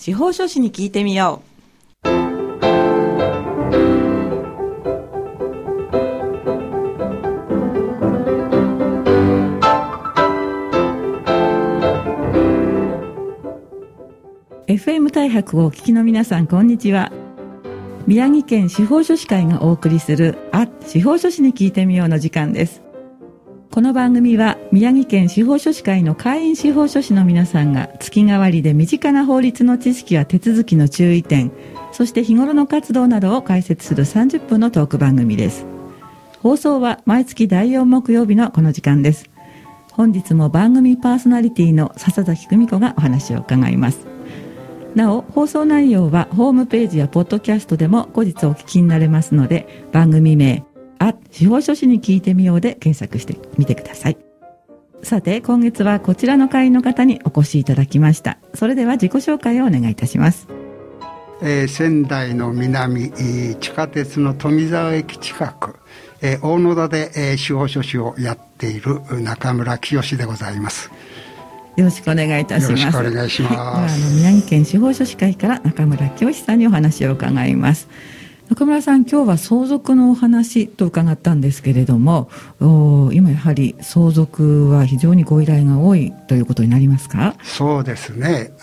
司法書士に聞いてみよう。FM 大白をお聞きの皆さん、こんにちは。宮城県司法書士会がお送りする司法書士に聞いてみようの時間です。この番組は宮城県司法書士会の会員司法書士の皆さんが月替わりで身近な法律の知識や手続きの注意点、そして日頃の活動などを解説する30分のトーク番組です。放送は毎月第4木曜日のこの時間です。本日も番組パーソナリティの笹崎久美子がお話を伺います。なお、放送内容はホームページやポッドキャストでも後日お聞きになれますので、番組名司法書士に聞いてみようで検索してみてください。さて、今月はこちらの会員の方にお越しいただきました。それでは自己紹介をお願いいたします。 仙台の南地下鉄の富沢駅近く、大野田で、司法書士をやっている中村清でございます。 よろしくお願いいたします。 よろしくお願いします。 宮城県司法書士会から中村清さんにお話を伺います。中村さん、今日は相続のお話と伺ったんですけれども、今やはり相続は非常にご依頼が多いということになりますか？ そうですね。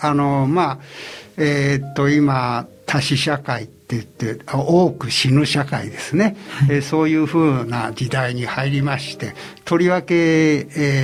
今多死社会って言って多く死ぬ社会ですね、はい。そういうふうな時代に入りまして、とりわけ、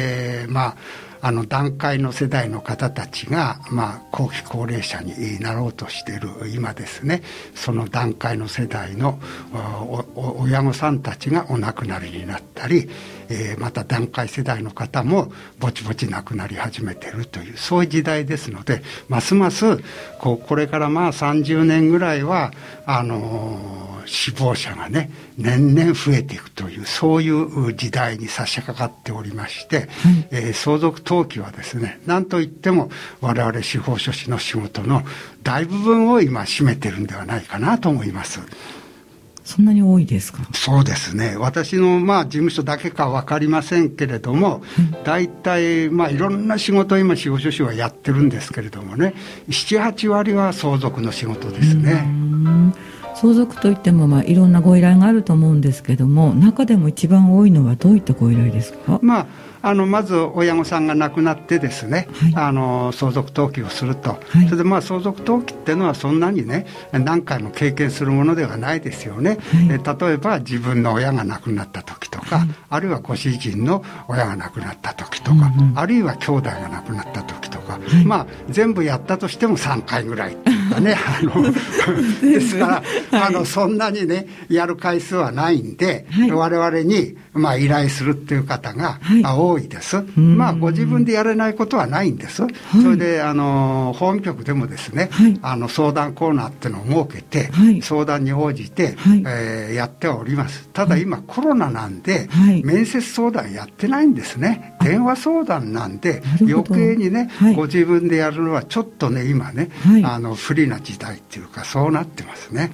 団塊の世代の方たちが、後期高齢者になろうとしている今ですね、その団塊の世代の親御さんたちがお亡くなりになったり、また団塊世代の方もぼちぼち亡くなり始めているという、そういう時代ですので、ますますこれから30年ぐらいは死亡者がね年々増えていくという、そういう時代に差し掛かっておりまして、相続登記はですね、何といっても我々司法書士の仕事の大部分を今占めているんではないかなと思います。 そんなに多いですか？ そうですね。私の事務所だけか分かりませんけれども、大体いろんな仕事を今司法書士はやってるんですけれどもね、7、8割は相続の仕事ですね。 相続といってもいろんなご依頼があると思うんですけども、中でも一番多いのはどういったご依頼ですか？ まず親御さんが亡くなってですね、相続登記をすると、それで相続登記っていうのはそんなにね何回も経験するものではないですよね。例えば自分の親が亡くなった時とか、あるいはご主人の親が亡くなった時とか、あるいは兄弟が亡くなった時とか、全部やったとしても3回ぐらいっていうかねですからそんなにねやる回数はないんで、我々に依頼するっていう方が多いです。ご自分でやれないことはないんです。それで法務局でもですね、相談コーナーっていうのを設けて、相談に応じて、やってはおります。ただ今コロナなんで、面接相談やってないんですね。電話相談なんで余計にね、ご自分でやるのはちょっとね今ね、不利な時代っていうかそうなってますね。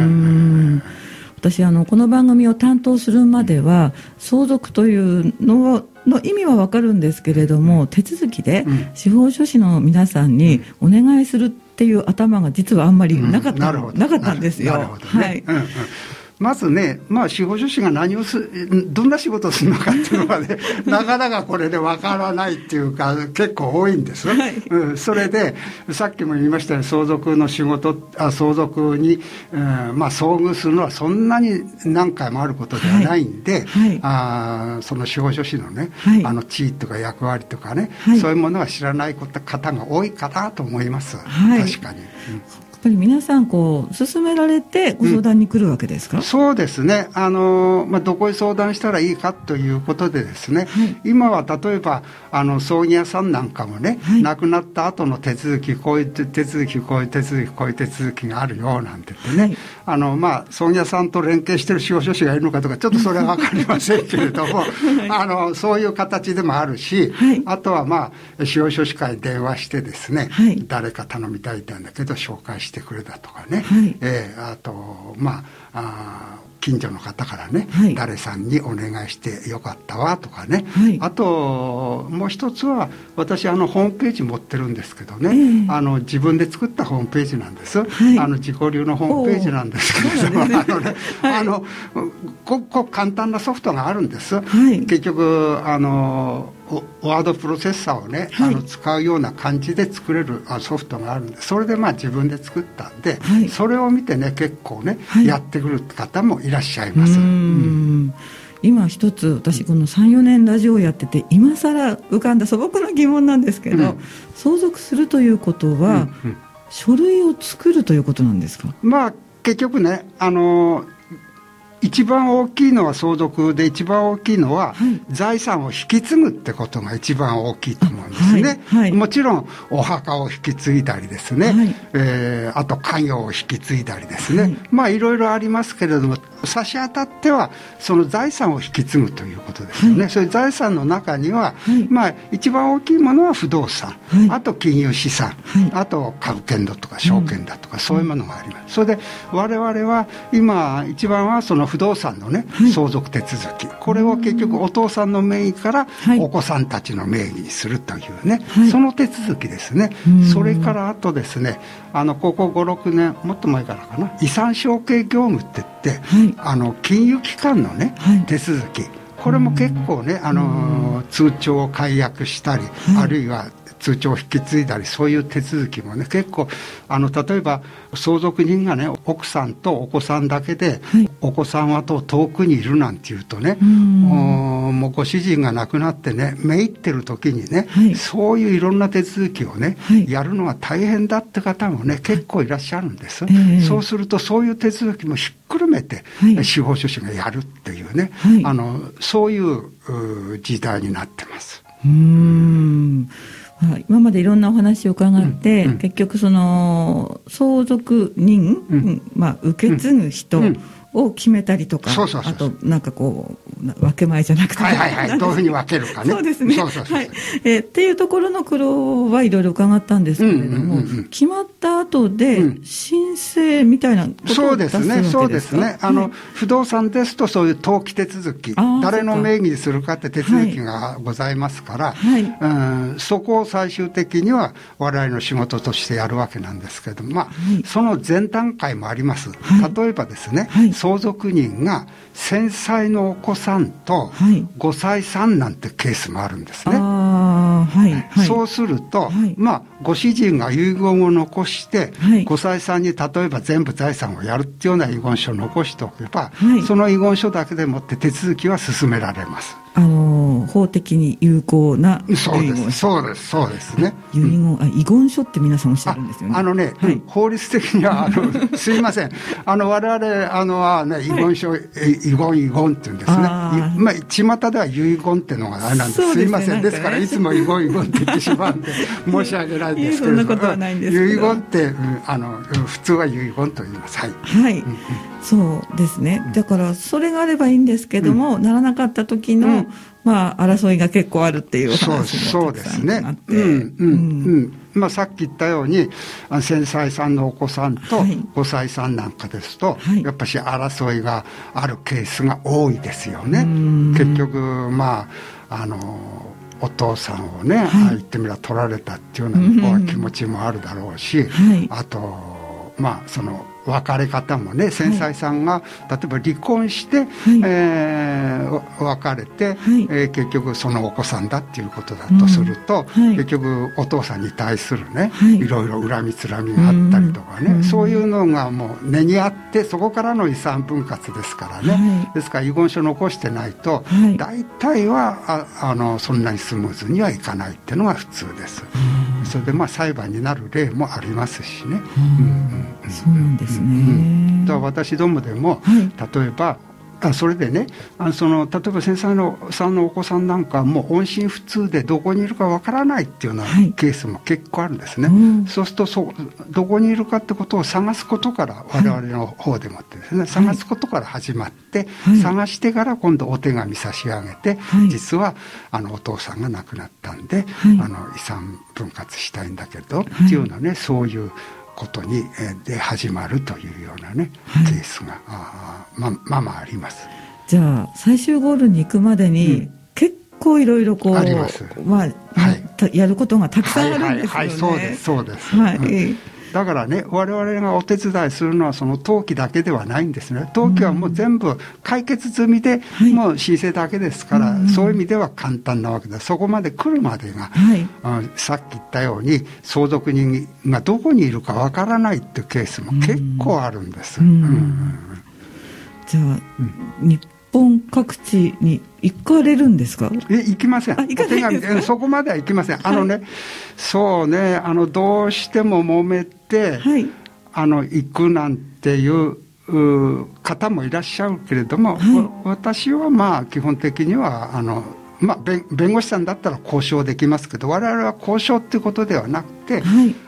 私この番組を担当するまでは相続というの意味は分かるんですけれども、手続きで司法書士の皆さんにお願いするっていう頭が実はあんまりなかったんですよ。 まずね、司法書士がどんな仕事をするのかっていうのはねなかなかこれで分からないっていうか結構多いんです、それでさっきも言いましたように相続の仕事相続に、遭遇するのはそんなに何回もあることではないんで、その司法書士のね、地位とか役割とかね、そういうものは知らない方が多いかなと思います、確かに。 やっぱり皆さん勧められてご相談に来るわけですか？ そうですね。どこへ相談したらいいかということでですね、今は例えば葬儀屋さんなんかもね、亡くなった後の手続き、こういう手続きこういう手続きこういう手続きがあるよなんて言ってね、葬儀屋さんと連携している司法書士がいるのかとかちょっとそれは分かりませんけれどもそういう形でもあるし、あとは司法書士会に電話してですね、誰か頼みたいんだけど紹介してしてくれたとかね、あと近所の方からね、誰さんにお願いしてよかったわとかね、あともう一つは私ホームページ持ってるんですけどね、自分で作ったホームページなんです、自己流のホームページなんですけれども、簡単なソフトがあるんです、結局ワードプロセッサーをね、使うような感じで作れるソフトがあるんで、それで自分で作ったんで、それを見てね結構ね、やってくる方もいらっしゃいます。 今一つ私この 3,4 年ラジオをやってて今更浮かんだ素朴な疑問なんですけど、相続するということは、書類を作るということなんですか？ 結局ね、一番大きいのは相続で、一番大きいのは財産を引き継ぐってことが一番大きいと思うんですね、もちろんお墓を引き継いだりですね、あと家業を引き継いだりですね、いろいろありますけれども、差し当たってはその財産を引き継ぐということですよね、そういう財産の中には、一番大きいものは不動産、あと金融資産、あと株券だとか証券だとか、そういうものがあります。それで我々は今一番はその不動産のね、相続手続き、これを結局お父さんの名義からお子さんたちの名義にするというね、その手続きですね。それからあとですね、ここ 5,6 年もっと前からかな、遺産承継業務って言って、金融機関のね、手続き、これも結構ね、通帳を解約したり、あるいは通帳を引き継いだり、そういう手続きもね結構例えば相続人がね奥さんとお子さんだけで、お子さんは遠くにいるなんていうとね、もうご主人が亡くなってねめいってる時にね、そういういろんな手続きをね、やるのが大変だって方もね結構いらっしゃるんです、そうするとそういう手続きもひっくるめて、司法書士がやるっていうね、そういう時代になってます。 今までいろんなお話を伺って、結局その相続人、受け継ぐ人を決めたりとか、あとなんかこう分け前じゃなくて、 どういうふうに分けるかね、 そうですね、っていうところの苦労はいろいろ伺ったんですけれども、決まった後で申請みたいなことを出すわけですか？ そうですね、不動産ですとそういう登記手続き、誰の名義にするかって手続きがございますから、そこを最終的には我々の仕事としてやるわけなんですけども、その前段階もあります。例えばですね、相続人が1000歳のお子さんと5歳さんなんてケースもあるんですね。そうすると、ご主人が遺言を残して、5歳さんに例えば全部財産をやるっていうような遺言書を残しておけば、その遺言書だけでもって手続きは進められます。 法的に有効な遺言書。そうですね。 遺言書って皆さんおっしゃるんですよね。 法律的にはすいません、我々はね、遺言書、遺言って言うんですね。巷では遺言っていうのがあれなんです。すいません、ですからいつも遺言って言ってしまうんで申し訳ないんですけど、 そんなことはないんですけど、 遺言って普通は遺言と言います。 そうですね。だからそれがあればいいんですけども、ならなかった時の争いが結構あるっていう話がたくさんあって、 さっき言ったように1000歳さんのお子さんと5歳さんなんかですと、やっぱし争いがあるケースが多いですよね。結局お父さんをね、言ってみれば取られたっていうような気持ちもあるだろうし、あとその別れ方もね、1000歳さんが例えば離婚して、別れて、結局そのお子さんだっていうことだとすると、結局お父さんに対するね、いろいろ恨みつらみがあったりとかね、そういうのがもう根にあって、そこからの遺産分割ですからね、ですから遺言書残してないと、大体はそんなにスムーズにはいかないっていうのが普通です。それで裁判になる例もありますしね。 そうなんですね。 だから私どもでも、例えばそれでね、例えば1000歳さんのお子さんなんかもう音信不通でどこにいるかわからないっていうようなケースも結構あるんですね。そうするとどこにいるかってことを探すことから、我々の方でもってですね、探すことから始まって、探してから今度お手紙差し上げて、実はお父さんが亡くなったんで、遺産分割したいんだけどっていうようなね、そういうことにで始まるというようなね、ケースがまああります。 じゃあ最終ゴールに行くまでに、結構いろいろこうあります、 やることがたくさんあるんですよね。 そうですそうです、だからね、我々がお手伝いするのはその登記だけではないんですね。登記はもう全部解決済みで、もう申請だけですから、そういう意味では簡単なわけだ。そこまで来るまでが、さっき言ったように相続人がどこにいるかわからないっていうケースも結構あるんです。 じゃあ、日本各地に行かれるんですか？ 行きません。 行かないですか？ そこまでは行きません。そうね、どうしても揉めて、行くなんていう方もいらっしゃるけれども、私はまあ基本的には弁護士さんだったら交渉できますけど、我々は交渉っていうことではなくて、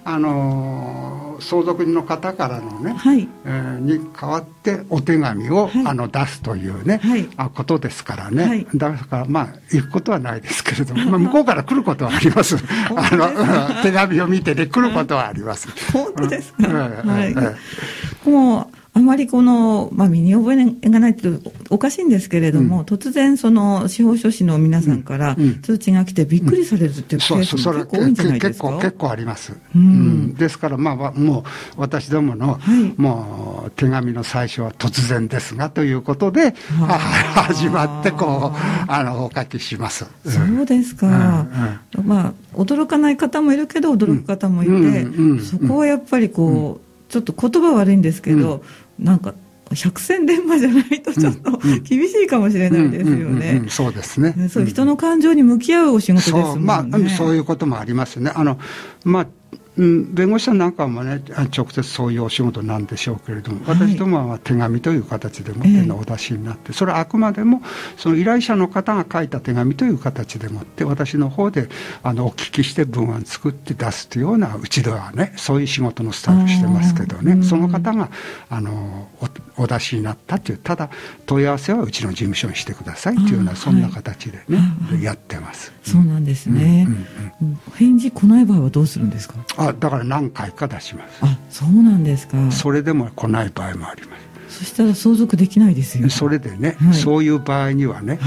相続人の方からのね、に代わってお手紙を、出すというね、ことですからね、だから行くことはないですけれども、向こうから来ることはあります手紙を見てね、来ることはあります。 本当ですか？もうあまり身に覚えがないとおかしいんですけれども、突然その司法書士の皆さんから通知が来てびっくりされるっていうケースも結構多いんじゃないですか？ 結構あります。ですからもう私どもの、もう手紙の最初は突然ですがということで始まってお書きします。 そうですか。驚かない方もいるけど驚く方もいて、そこはやっぱりちょっと言葉悪いんですけど、なんか百戦錬磨じゃないとちょっと厳しいかもしれないですよね。 そうですね。 そういう人の感情に向き合うお仕事ですもんね。 そういうこともありますね。弁護士さんなんかもね、直接そういうお仕事なんでしょうけれども、私どもは手紙という形でもってお出しになって、それはあくまでもその依頼者の方が書いた手紙という形でもって私の方でお聞きして文案作って出すというような、うちではねそういう仕事のスタイルしてますけどね、その方がお出しになったという、ただ問い合わせはうちの事務所にしてくださいというような、そんな形でねやってます。 そうなんですね。返事来ない場合はどうするんですか？ だから何回か出します。 そうなんですか。 それでも来ない場合もあります。 そしたら相続できないですよ。 それでね、そういう場合にはね、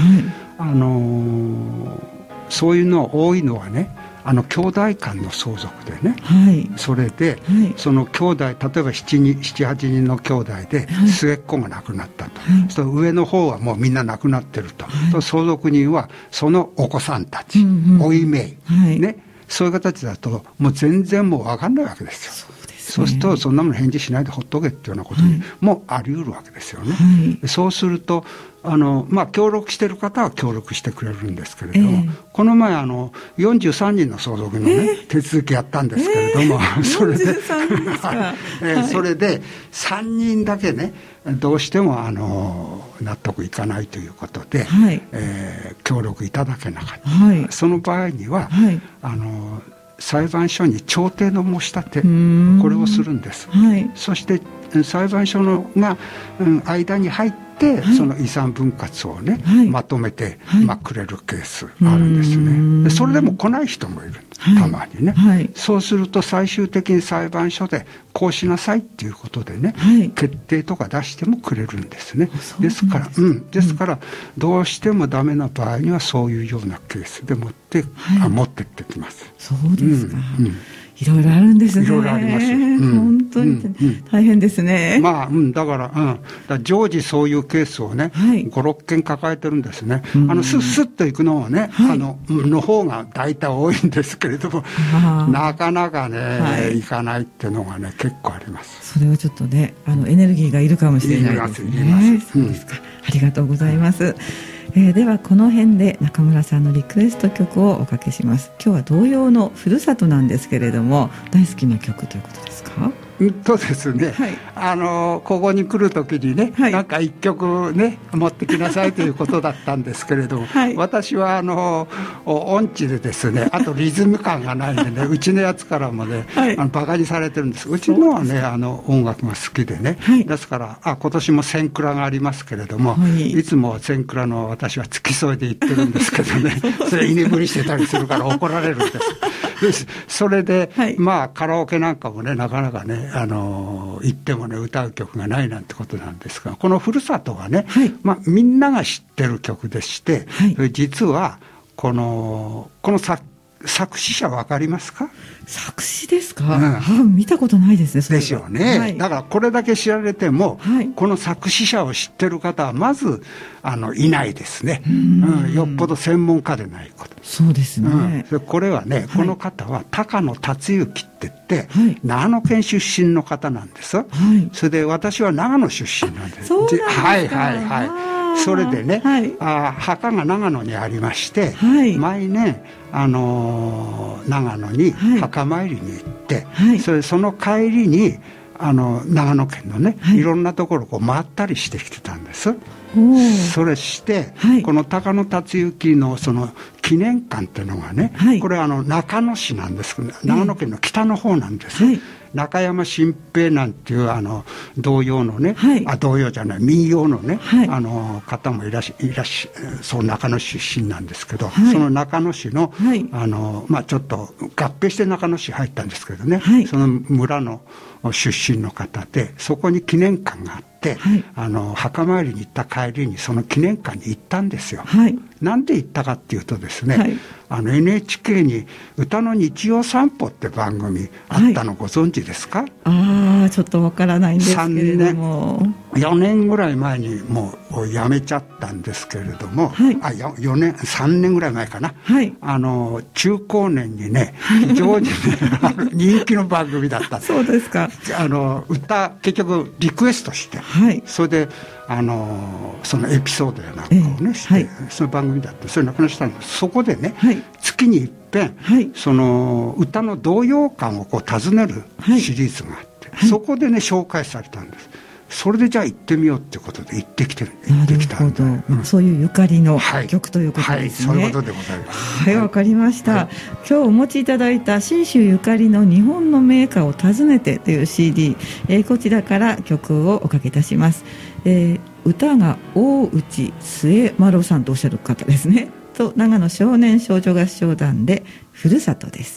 そういうの多いのはね、兄弟間の相続でね、それで、その兄弟、例えば7、8人の兄弟で末っ子が亡くなったと、その上の方はもうみんな亡くなってると、相続人はそのお子さんたち、おいめい、ね、そういう形だともう全然もう分かんないわけですよ。そうするとそんなもの返事しないでほっとけっていうようなことにもあり得るわけですよね。そうすると協力している方は協力してくれるんですけれども、この前43人の相続のね、手続きやったんですけれども、それでそれで3人だけね、どうしても納得いかないということで、協力いただけなかった、その場合には、裁判所に調停の申し立て、これをするんです。そして裁判所が間に入ってその遺産分割をね、まとめてくれるケースあるんですね。でそれでも来ない人もいる、たまにね。そうすると最終的に裁判所でこうしなさいっていうことでね、決定とか出してもくれるんですね。ですからどうしてもダメな場合にはそういうようなケースで持ってってきます。 そうですか。いろいろあるんですね。 いろいろあります。 本当に大変ですね。 だから常時そういうケースをね、5、6件抱えてるんですね。スッと行くのはね、の方が大体多いんですけれども、なかなかね、行かないっていうのがね、結構あります。 それはちょっとね、エネルギーがいるかもしれないですね。そうですか。ありがとうございます。ではこの辺で中村さんのリクエスト曲をおかけします。今日は童謡のふるさとなんですけれども、大好きな曲ということですか？ ですね、ここに来るときにね、なんか一曲ね持ってきなさいということだったんですけれども、私は音痴でですね、あとリズム感がないんでね、うちのやつからもね、バカにされてるんです。うちのはね音楽が好きでね、ですから今年も千蔵がありますけれども、いつも千蔵の私は付き添いで言ってるんですけどねそれ居眠りしてたりするから怒られるんです。 それで、まあカラオケなんかもね、なかなかね、行ってもね歌う曲がないなんてことなんですが、このふるさとはね、まあ、みんなが知ってる曲でして、実はこの作詞者分かりますか？ 作詞ですか？見たことないですね。それですよね、だからこれだけ知られても、この作詞者を知ってる方はまずいないですね。よっぽど専門家でないこと。 そうですね、 これはね、この方は高野達之って言って、長野県出身の方なんです。それで私は長野出身なんです。 そうなんですか？ それでね、墓が長野にありまして、毎年長野に墓参りに行って、その帰りに長野県のね、いろんなところを回ったりしてきてたんです。それして、この高野達之のその記念館っていうのがね、これ中野市なんですけど、長野県の北の方なんです。中山新平なんていう童謡のね、童謡じゃない民謡のね、方もいらっしゃそう中野出身なんですけど、その中野市の、まあ、ちょっと合併して中野市入ったんですけどね、その村の出身の方で、そこに記念館があって、墓参りに行った帰りにその記念館に行ったんですよ。なんで行ったかっていうとですね、NHK に歌の日曜散歩って番組あったのご存知ですか？ ちょっとわからないんですけれども、 4年ぐらい前にもうやめちゃったんですけれども、3年ぐらい前かな、中高年にね非常に、ね、人気の番組だったそうですか。 結局リクエストして、それでそのエピソードやなんかをね、して、その番組だってそれなくなったんです。そこでね、月に一遍、その歌の童謡館をこう訪ねるシリーズがあって、そこでね紹介されたんです。それでじゃあ行ってみようってことで行ってきたんで、 そういうゆかりの曲ということですね。 そういうことでございます。 わかりました。今日お持ちいただいた信州ゆかりの日本の名家を訪ねてという CD、こちらから曲をおかけいたします。歌が大内末丸さんとおっしゃる方ですね。と長野少年少女合唱団でふるさとです。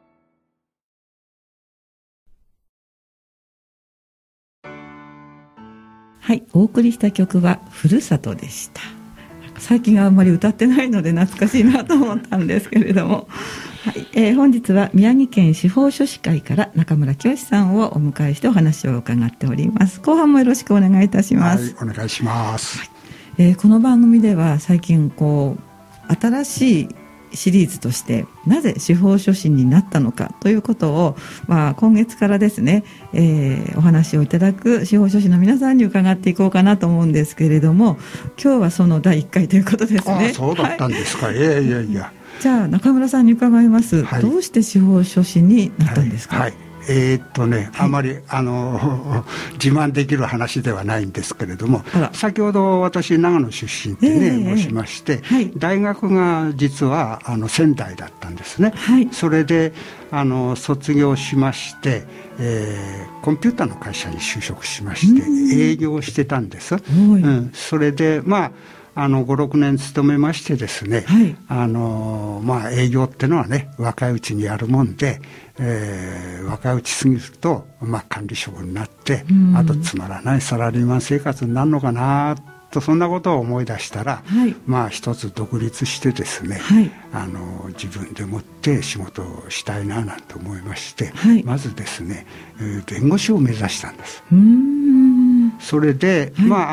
お送りした曲はふるさとでした。最近あんまり歌ってないので懐かしいなと思ったんですけれども、本日は宮城県司法書士会から中村清さんをお迎えしてお話を伺っております。後半もよろしくお願いいたします。 お願いします。 この番組では最近新しいシリーズとしてなぜ司法書士になったのかということを、今月からですね、お話をいただく司法書士の皆さんに伺っていこうかなと思うんですけれども、今日はその第1回ということですね。 そうだったんですか。いやじゃあ中村さんに伺います。どうして司法書士になったんですか？ あまり自慢できる話ではないんですけれども、先ほど私長野出身ってね、申しまして、大学が実は仙台だったんですね。それで卒業しまして、コンピューターの会社に就職しまして営業してたんです。それで5、6年勤めましてですね、営業ってのはね若いうちにやるもんで、若いうちすぎると、管理職になって、あとつまらないサラリーマン生活になるのかなと、そんなことを思い出したら、一つ独立してですね、自分でもって仕事をしたいななんて思いまして、まずですね、弁護士を目指したんです。それで、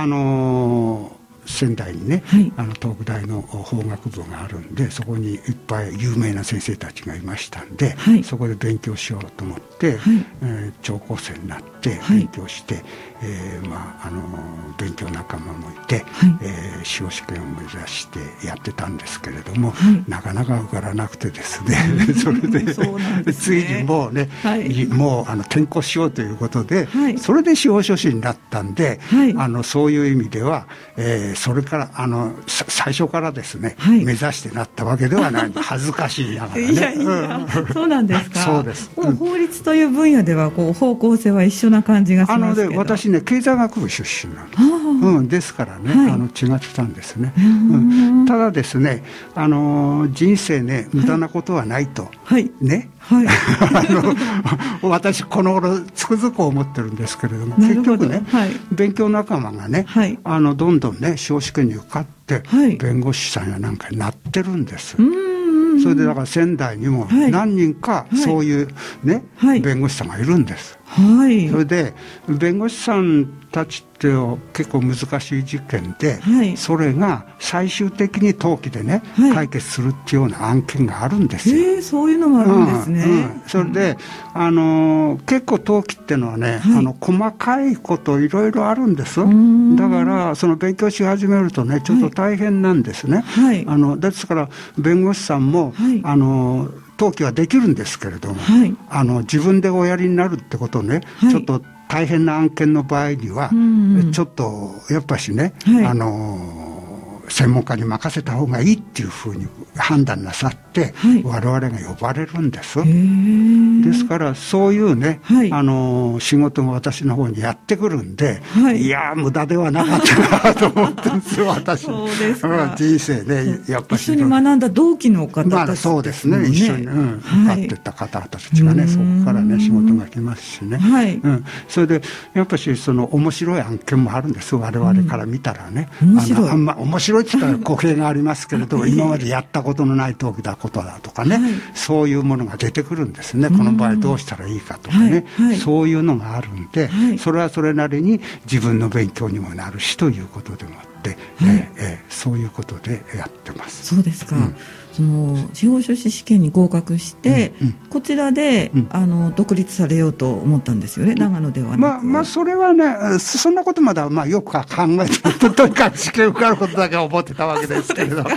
仙台にね、東北大の法学部があるんで、そこにいっぱい有名な先生たちがいましたんで、そこで勉強しようと思って、聴講生になって勉強して、勉強仲間もいて、司法試験を目指してやってたんですけれども、なかなか受からなくてですね、それでついにもうね、もう転校しようということで、それで司法書士になったんで、そういう意味では、 それから最初からですね、目指してなったわけではないんで恥ずかしいながらね。 いやいや、そうなんですか。 そうです。 もう法律という分野ではこう方向性は一緒な感じがしますけど。 私ね、経済学部出身なの、ですからね、違ってたんですね。ただですね、人生ね、無駄なことはないと、ね、私この頃つくづく思ってるんですけれども、結局ね、勉強仲間がね、どんどんね司法試験に受かって、弁護士さんやなんかになってるんです。それでだから仙台にも何人かそういうね、弁護士さんがいるんです。それで弁護士さんたちって結構難しい事件で、それが最終的に登記でね、解決するっていうような案件があるんですよ。 そういうのもあるんですね。 それで結構登記っていうのはね、細かいこといろいろあるんです。だからその勉強し始めるとね、ちょっと大変なんですね。ですから弁護士さんも、登記はできるんですけれども、自分でおやりになるってことをね、ちょっと大変な案件の場合には、ちょっとやっぱしね、専門家に任せた方がいいっていうふうに判断なさって、我々が呼ばれるんです。ですからそういうね、仕事が私の方にやってくるんで、いや無駄ではなかったなと思ってるんですよ私。そうですか。人生ね、やっぱり一緒に学んだ同期の方たち、 そうですね、一緒に受かってった方たちがね、そこからね仕事が来ますしね、それでやっぱしその面白い案件もあるんです、我々から見たらね。面白いって言ったら語弊がありますけれど、今までやったことのない登記だことだとかね、そういうものが出てくるんですね。この場合どうしたらいいかとかね、そういうのがあるんで、それはそれなりに自分の勉強にもなるしということでもあって、そういうことでやってます。 そうですか。その司法書士試験に合格して、こちらで、独立されようと思ったんですよね、長野ではなく。 それはね、そんなことまではよく考えてとにかく試験受かることだけは思ってたわけですけれど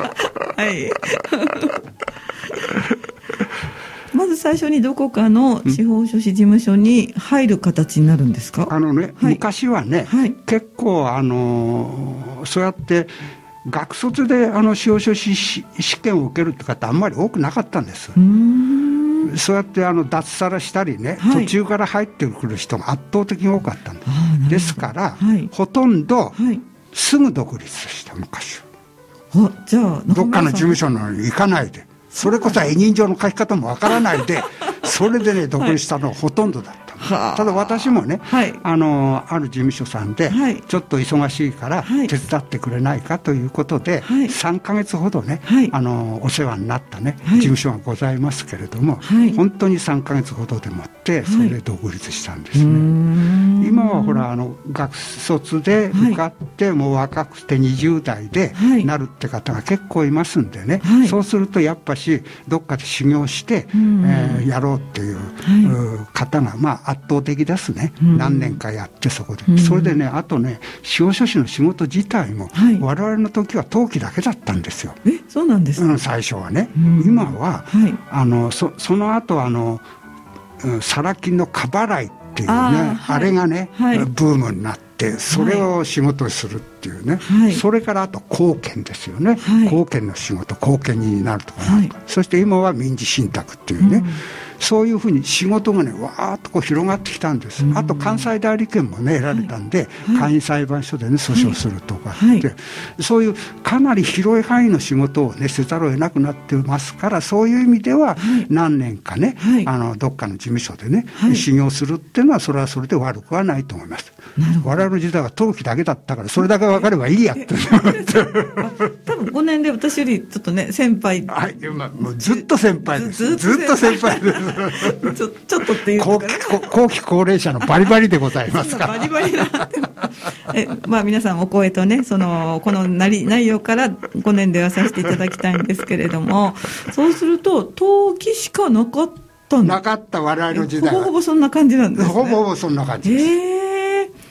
まず最初にどこかの司法書士事務所に入る形になるんですか？ 昔はね、結構そうやって学卒で司法書士試験を受けるって方あんまり多くなかったんです。そうやって脱サラしたりね、途中から入ってくる人が圧倒的に多かったんです。ですから、ほとんどすぐ独立した、昔は。 じゃあどっかの事務所に行かないで、それこそ委任状の書き方もわからないでそれでね独立したのがほとんどだった。ただ私もね、ある事務所さんでちょっと忙しいから手伝ってくれないかということで、3ヶ月ほどね、お世話になったね、事務所がございますけれども、本当に3ヶ月ほどでもってそれで独立したんですね。今はほら学卒で受かってもう若くて20代でなるって方が結構いますんでね、そうするとやっぱしどっかで修行してやろうっていう方が圧倒的ですね。何年かやってそこで、それでね、あとね、司法書士の仕事自体も我々の時は登記だけだったんですよ。 そうなんですか。 最初はね。今はその後サラ金の過払いっていうね、あれがねブームになって、それを仕事にするっていうね、それからあと公検ですよね、公検の仕事、公検になるとかなんか、そして今は民事信託っていうね、そういうふうに仕事がねわーっと広がってきたんです。あと関西代理権もね得られたんで、簡易裁判所でね訴訟するとかって、そういうかなり広い範囲の仕事をねせざるを得なくなってますから、そういう意味では何年かね、どっかの事務所でね修行するっていうのはそれはそれで悪くはないと思います。我々の時代は登記だけだったからそれだけ分かればいいやって多分5年で私よりちょっとね先輩、 もうずっと先輩です。ずっと先輩ですちょっとっていう後期高齢者のバリバリでございますからバリバリな皆さんお声とねこの内容から5年ではさせていただきたいんですけれども、そうすると登記しかなかった我々の時代はほぼそんな感じなんですね。 ほぼそんな感じです。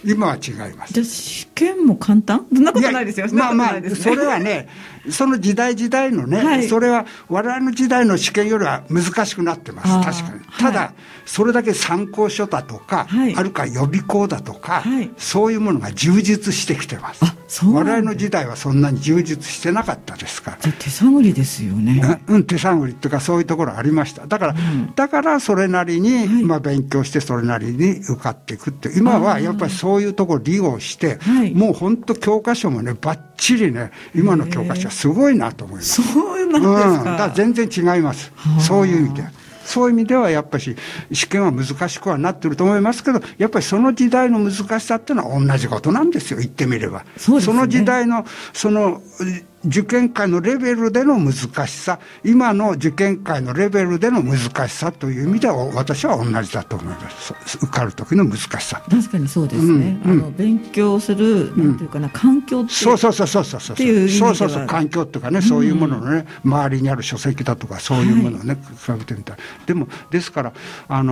今は違います。 じゃあ試験も簡単？そんなことないですよ。 まあまあ、それはね、その時代のね、はい、それは我々の時代の試験よりは難しくなってます。確かに。ただ、はい、それだけ参考書だとか、はい、あるか予備校だとか、はい、そういうものが充実してきてます。我々の時代はそんなに充実してなかったですから。 じゃあ手探りですよね。 手探りっていうかそういうところありました。だからそれなりに、はい、勉強してそれなりに受かっていくって。今はやっぱりそういうところを利用して、もう本当教科書もね、バッチリね、今の教科書はすごいなと思います。 そうなんですか。 だから全然違います。そういう意味で。そういう意味ではやっぱり試験は難しくはなってると思いますけど、やっぱりその時代の難しさっていうのは同じことなんですよ、言ってみれば。その時代の受験会のレベルでの難しさ、今の受験会のレベルでの難しさという意味では私は同じだと思います。受かる時の難しさ。 確かにそうですね。勉強するなんていうかな、環境っていう環境っていうかね、そういうもののね、周りにある書籍だとかそういうものをね、比べてみたら、ですから我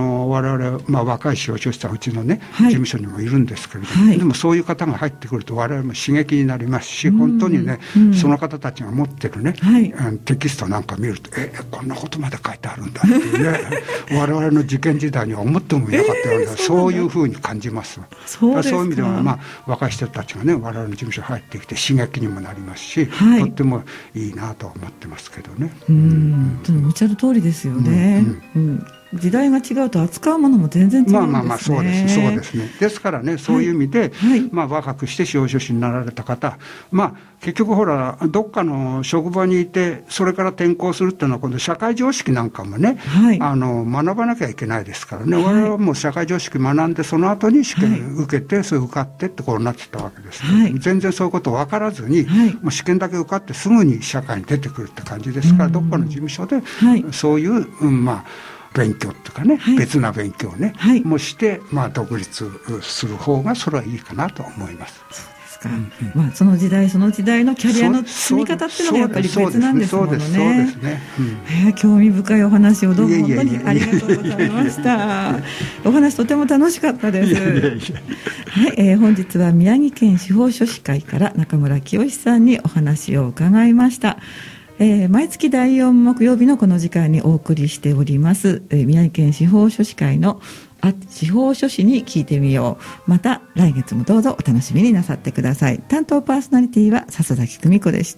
々、若い司法書士さんうちのね、事務所にもいるんですけれども、でもそういう方が入ってくると我々も刺激になりますし、本当にね、その方たちが持ってるね、テキストなんか見るとこんなことまで書いてあるんだっていうね我々の受験時代には思ってもいなかったような、そういうふうに感じます。そういう意味では、若い人たちがね我々の事務所に入ってきて刺激にもなりますし、とってもいいなと思ってますけどね。 おっしゃる通りですよね。時代が違うと扱うものも全然違うんですね。 そうですね。ですからね、そういう意味で、若くして司法書士になられた方、結局ほらどっかの職場にいてそれから転校するっていうのは今度社会常識なんかもね、学ばなきゃいけないですからね。我々はもう社会常識学んでその後に試験受けて、それ受かってってこうなってたわけですけど、全然そういうこと分からずに、もう試験だけ受かってすぐに社会に出てくるって感じですから、どっかの事務所でそういう勉強とかね、別な勉強をね、もして、独立する方がそれはいいかなと思います。 そうですか。その時代その時代のキャリアの積み方っていうのがやっぱり別なんですものね。そうですね。興味深いお話をどうも本当にありがとうございました。お話とても楽しかったです。本日は宮城県司法書士会から中村清さんにお話を伺いました。毎月第4木曜日のこの時間にお送りしております、宮城県司法書士会の司法書士に聞いてみよう。また来月もどうぞお楽しみになさってください。担当パーソナリティは笹崎久美子でした。